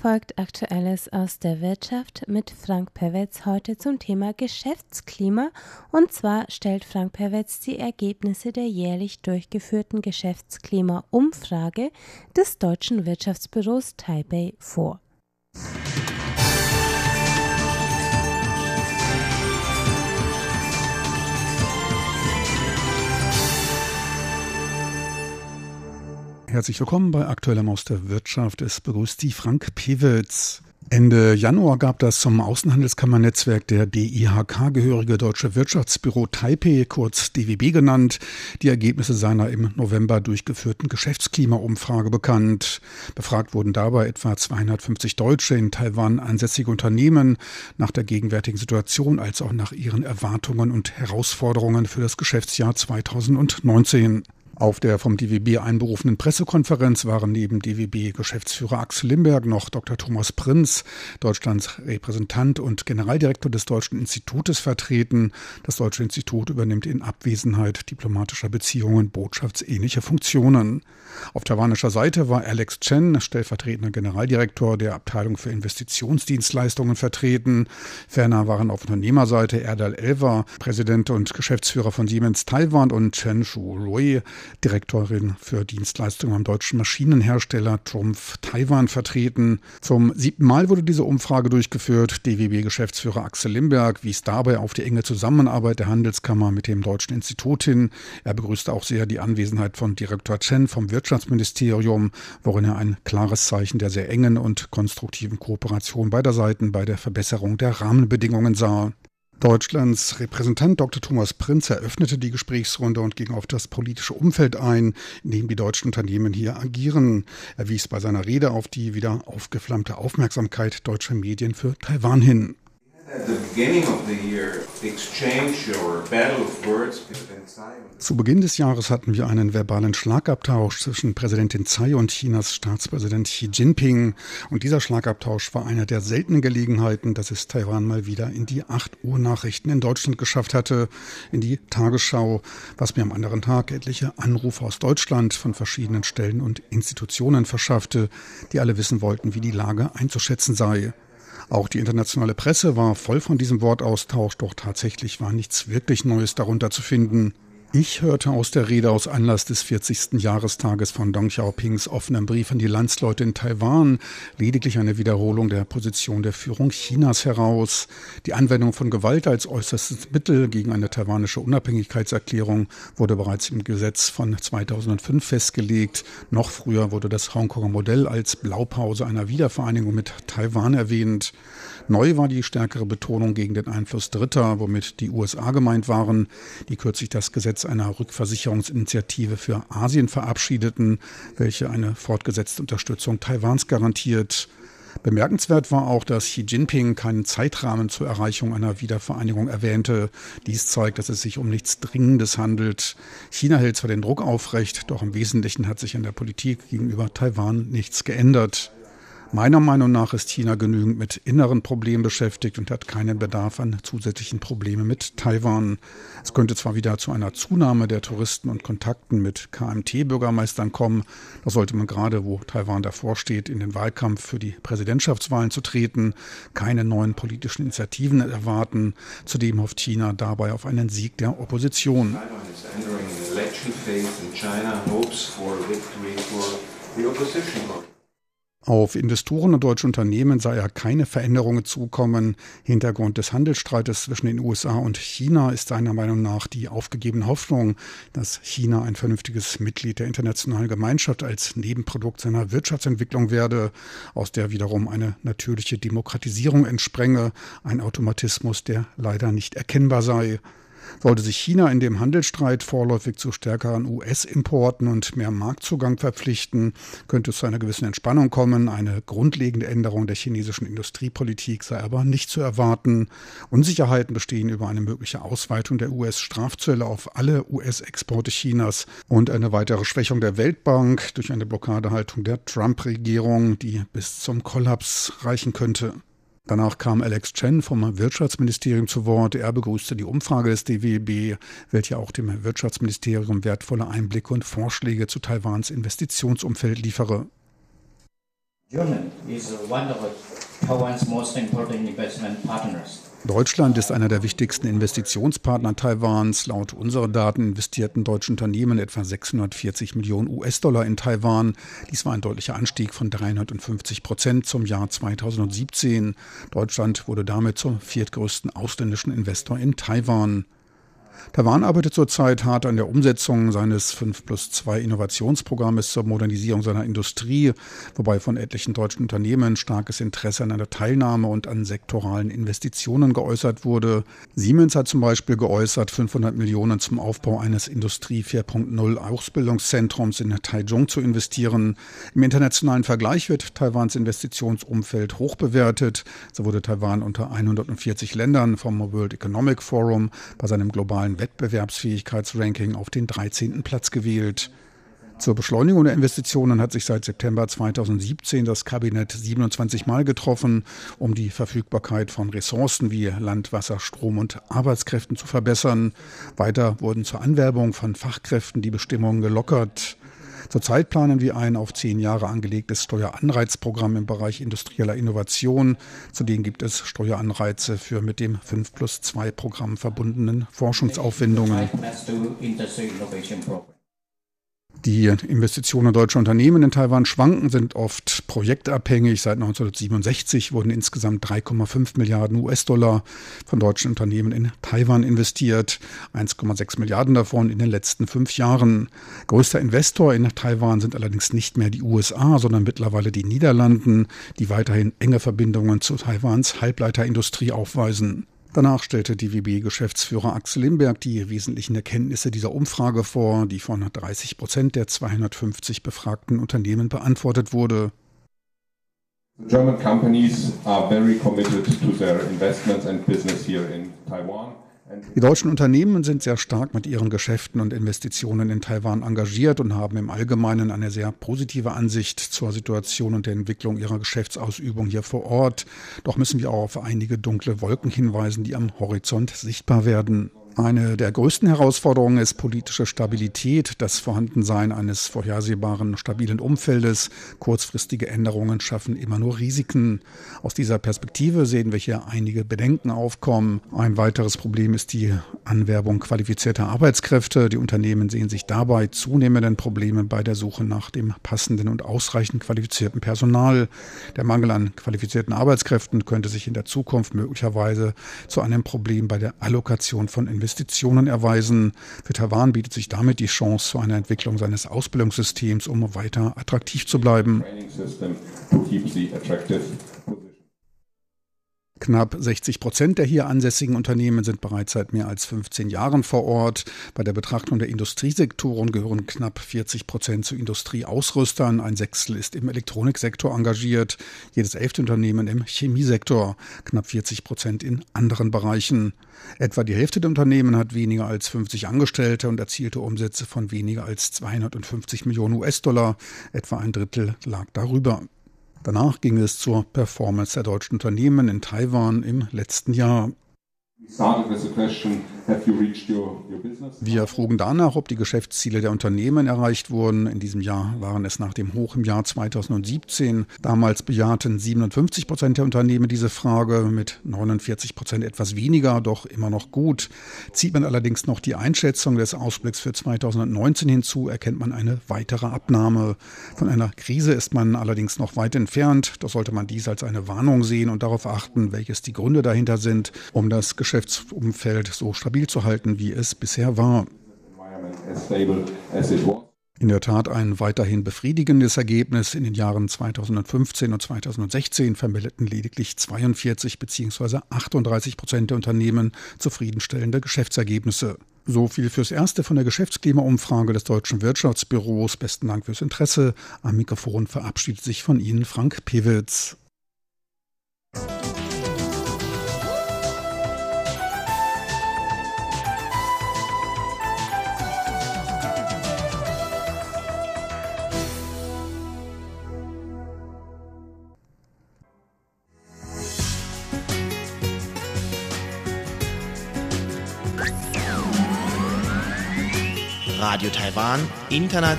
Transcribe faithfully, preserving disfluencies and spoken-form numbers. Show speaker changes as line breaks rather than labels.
folgt Aktuelles aus der Wirtschaft mit Frank Pewitz heute zum Thema Geschäftsklima. Und zwar stellt Frank Pewitz die Ergebnisse der jährlich durchgeführten Geschäftsklima-Umfrage des deutschen Wirtschaftsbüros Taipei vor.
Herzlich willkommen bei Aktuellem aus der Wirtschaft. Es begrüßt Sie Frank Pewitz. Ende Januar gab das zum Außenhandelskammernetzwerk der D I H K gehörige Deutsche Wirtschaftsbüro Taipei, kurz D W B genannt, die Ergebnisse seiner im November durchgeführten Geschäftsklimaumfrage bekannt. Befragt wurden dabei etwa zweihundertfünfzig deutsche in Taiwan ansässige Unternehmen nach der gegenwärtigen Situation als auch nach ihren Erwartungen und Herausforderungen für das Geschäftsjahr zweitausendneunzehn. Auf der vom D W B einberufenen Pressekonferenz waren neben D W B-Geschäftsführer Axel Limberg noch Doktor Thomas Prinz, Deutschlands Repräsentant und Generaldirektor des Deutschen Institutes, vertreten. Das Deutsche Institut übernimmt in Abwesenheit diplomatischer Beziehungen botschaftsähnliche Funktionen. Auf taiwanischer Seite war Alex Chen, stellvertretender Generaldirektor der Abteilung für Investitionsdienstleistungen, vertreten. Ferner waren auf Unternehmerseite Erdal Elver, Präsident und Geschäftsführer von Siemens Taiwan, und Chen Shu-Rui, Direktorin für Dienstleistungen am deutschen Maschinenhersteller Trumpf Taiwan, vertreten. Zum siebten Mal wurde diese Umfrage durchgeführt. D W B-Geschäftsführer Axel Limberg wies dabei auf die enge Zusammenarbeit der Handelskammer mit dem Deutschen Institut hin. Er begrüßte auch sehr die Anwesenheit von Direktor Chen vom Wirtschaftsministerium, worin er ein klares Zeichen der sehr engen und konstruktiven Kooperation beider Seiten bei der Verbesserung der Rahmenbedingungen sah. Deutschlands Repräsentant Doktor Thomas Prinz eröffnete die Gesprächsrunde und ging auf das politische Umfeld ein, in dem die deutschen Unternehmen hier agieren. Er wies bei seiner Rede auf die wieder aufgeflammte Aufmerksamkeit deutscher Medien für Taiwan hin. Zu Beginn des Jahres hatten wir einen verbalen Schlagabtausch zwischen Präsidentin Tsai und Chinas Staatspräsident Xi Jinping. Und dieser Schlagabtausch war einer der seltenen Gelegenheiten, dass es Taiwan mal wieder in die acht Uhr Nachrichten in Deutschland geschafft hatte, in die Tagesschau, was mir am anderen Tag etliche Anrufe aus Deutschland von verschiedenen Stellen und Institutionen verschaffte, die alle wissen wollten, wie die Lage einzuschätzen sei. Auch die internationale Presse war voll von diesem Wortaustausch, doch tatsächlich war nichts wirklich Neues darunter zu finden. Ich hörte aus der Rede aus Anlass des vierzigsten Jahrestages von Deng Xiaopings offenem Brief an die Landsleute in Taiwan lediglich eine Wiederholung der Position der Führung Chinas heraus. Die Anwendung von Gewalt als äußerstes Mittel gegen eine taiwanische Unabhängigkeitserklärung wurde bereits im Gesetz von zweitausendfünf festgelegt. Noch früher wurde das Hongkonger Modell als Blaupause einer Wiedervereinigung mit Taiwan erwähnt. Neu war die stärkere Betonung gegen den Einfluss Dritter, womit die U S A gemeint waren, die kürzlich das Gesetz einer Rückversicherungsinitiative für Asien verabschiedeten, welche eine fortgesetzte Unterstützung Taiwans garantiert. Bemerkenswert war auch, dass Xi Jinping keinen Zeitrahmen zur Erreichung einer Wiedervereinigung erwähnte. Dies zeigt, dass es sich um nichts Dringendes handelt. China hält zwar den Druck aufrecht, doch im Wesentlichen hat sich in der Politik gegenüber Taiwan nichts geändert. Meiner Meinung nach ist China genügend mit inneren Problemen beschäftigt und hat keinen Bedarf an zusätzlichen Problemen mit Taiwan. Es könnte zwar wieder zu einer Zunahme der Touristen und Kontakten mit K M T-Bürgermeistern kommen, da sollte man gerade, wo Taiwan davor steht, in den Wahlkampf für die Präsidentschaftswahlen zu treten, keine neuen politischen Initiativen erwarten. Zudem hofft China dabei auf einen Sieg der Opposition. Auf Investoren und deutsche Unternehmen sei ja keine Veränderungen zukommen. Hintergrund des Handelsstreites zwischen den U S A und China ist seiner Meinung nach die aufgegebene Hoffnung, dass China ein vernünftiges Mitglied der internationalen Gemeinschaft als Nebenprodukt seiner Wirtschaftsentwicklung werde, aus der wiederum eine natürliche Demokratisierung entspränge, ein Automatismus, der leider nicht erkennbar sei. Sollte sich China in dem Handelsstreit vorläufig zu stärkeren U S-Importen und mehr Marktzugang verpflichten, könnte es zu einer gewissen Entspannung kommen. Eine grundlegende Änderung der chinesischen Industriepolitik sei aber nicht zu erwarten. Unsicherheiten bestehen über eine mögliche Ausweitung der U S-Strafzölle auf alle U S-Exporte Chinas und eine weitere Schwächung der Weltbank durch eine Blockadehaltung der Trump-Regierung, die bis zum Kollaps reichen könnte. Danach kam Alex Chen vom Wirtschaftsministerium zu Wort. Er begrüßte die Umfrage des D W B, welche auch dem Wirtschaftsministerium wertvolle Einblicke und Vorschläge zu Taiwans Investitionsumfeld liefere. Deutschland ist einer der wichtigsten Investitionspartner Taiwans. Laut unseren Daten investierten deutsche Unternehmen etwa sechshundertvierzig Millionen U S-Dollar in Taiwan. Dies war ein deutlicher Anstieg von dreihundertfünfzig Prozent zum Jahr zweitausendsiebzehn. Deutschland wurde damit zum viertgrößten ausländischen Investor in Taiwan. Taiwan arbeitet zurzeit hart an der Umsetzung seines fünf plus zwei Innovationsprogrammes zur Modernisierung seiner Industrie, wobei von etlichen deutschen Unternehmen starkes Interesse an einer Teilnahme und an sektoralen Investitionen geäußert wurde. Siemens hat zum Beispiel geäußert, fünfhundert Millionen zum Aufbau eines Industrie vier Punkt null Ausbildungszentrums in Taichung zu investieren. Im internationalen Vergleich wird Taiwans Investitionsumfeld hoch bewertet. So wurde Taiwan unter hundertvierzig Ländern vom World Economic Forum bei seinem globalen Wettbewerbsfähigkeitsranking auf den dreizehnten Platz gewählt. Zur Beschleunigung der Investitionen hat sich seit September zweitausendsiebzehn das Kabinett siebenundzwanzig Mal getroffen, um die Verfügbarkeit von Ressourcen wie Land, Wasser, Strom und Arbeitskräften zu verbessern. Weiter wurden zur Anwerbung von Fachkräften die Bestimmungen gelockert. Zurzeit planen wir ein auf zehn Jahre angelegtes Steueranreizprogramm im Bereich industrieller Innovation. Zudem gibt es Steueranreize für mit dem fünf plus zwei Programm verbundenen Forschungsaufwendungen. Die Investitionen deutscher Unternehmen in Taiwan schwanken, sind oft projektabhängig. Seit neunzehnhundertsiebenundsechzig wurden insgesamt drei Komma fünf Milliarden U S-Dollar von deutschen Unternehmen in Taiwan investiert, eins Komma sechs Milliarden davon in den letzten fünf Jahren. Größter Investor in Taiwan sind allerdings nicht mehr die U S A, sondern mittlerweile die Niederlande, die weiterhin enge Verbindungen zu Taiwans Halbleiterindustrie aufweisen. Danach stellte D W B-Geschäftsführer Axel Limberg die wesentlichen Erkenntnisse dieser Umfrage vor, die von dreißig Prozent der zweihundertfünfzig befragten Unternehmen beantwortet wurde.
German companies are very committed to their investments and business here in Taiwan.
Die deutschen Unternehmen sind sehr stark mit ihren Geschäften und Investitionen in Taiwan engagiert und haben im Allgemeinen eine sehr positive Ansicht zur Situation und der Entwicklung ihrer Geschäftsausübung hier vor Ort. Doch müssen wir auch auf einige dunkle Wolken hinweisen, die am Horizont sichtbar werden. Eine der größten Herausforderungen ist politische Stabilität, das Vorhandensein eines vorhersehbaren, stabilen Umfeldes. Kurzfristige Änderungen schaffen immer nur Risiken. Aus dieser Perspektive sehen wir hier einige Bedenken aufkommen. Ein weiteres Problem ist die Anwerbung qualifizierter Arbeitskräfte. Die Unternehmen sehen sich dabei zunehmenden Problemen bei der Suche nach dem passenden und ausreichend qualifizierten Personal. Der Mangel an qualifizierten Arbeitskräften könnte sich in der Zukunft möglicherweise zu einem Problem bei der Allokation von Investitionen Investitionen erweisen. Für Taiwan bietet sich damit die Chance zu einer Entwicklung seines Ausbildungssystems, um weiter attraktiv zu bleiben. Knapp sechzig Prozent der hier ansässigen Unternehmen sind bereits seit mehr als fünfzehn Jahren vor Ort. Bei der Betrachtung der Industriesektoren gehören knapp vierzig Prozent zu Industrieausrüstern. Ein Sechstel ist im Elektroniksektor engagiert. Jedes elfte Unternehmen im Chemiesektor. Knapp vierzig Prozent in anderen Bereichen. Etwa die Hälfte der Unternehmen hat weniger als fünfzig Angestellte und erzielte Umsätze von weniger als zweihundertfünfzig Millionen U S-Dollar. Etwa ein Drittel lag darüber. Danach ging es zur Performance der deutschen Unternehmen in Taiwan im letzten Jahr. Wir frugen danach, ob die Geschäftsziele der Unternehmen erreicht wurden. In diesem Jahr waren es nach dem Hoch im Jahr zweitausendsiebzehn. Damals bejahten siebenundfünfzig Prozent der Unternehmen diese Frage, mit neunundvierzig Prozent etwas weniger, doch immer noch gut. Zieht man allerdings noch die Einschätzung des Ausblicks für zweitausendneunzehn hinzu, erkennt man eine weitere Abnahme. Von einer Krise ist man allerdings noch weit entfernt. Doch sollte man dies als eine Warnung sehen und darauf achten, welches die Gründe dahinter sind, um das Geschäftsumfeld so stabil zu halten, wie es bisher war. In der Tat ein weiterhin befriedigendes Ergebnis. In den Jahren zweitausendfünfzehn und zweitausendsechzehn vermeldeten lediglich zweiundvierzig bzw. achtunddreißig Prozent der Unternehmen zufriedenstellende Geschäftsergebnisse. So viel fürs Erste von der Geschäftsklimaumfrage des Deutschen Wirtschaftsbüros. Besten Dank fürs Interesse. Am Mikrofon verabschiedet sich von Ihnen Frank Pewitz.
Radio Taiwan, international.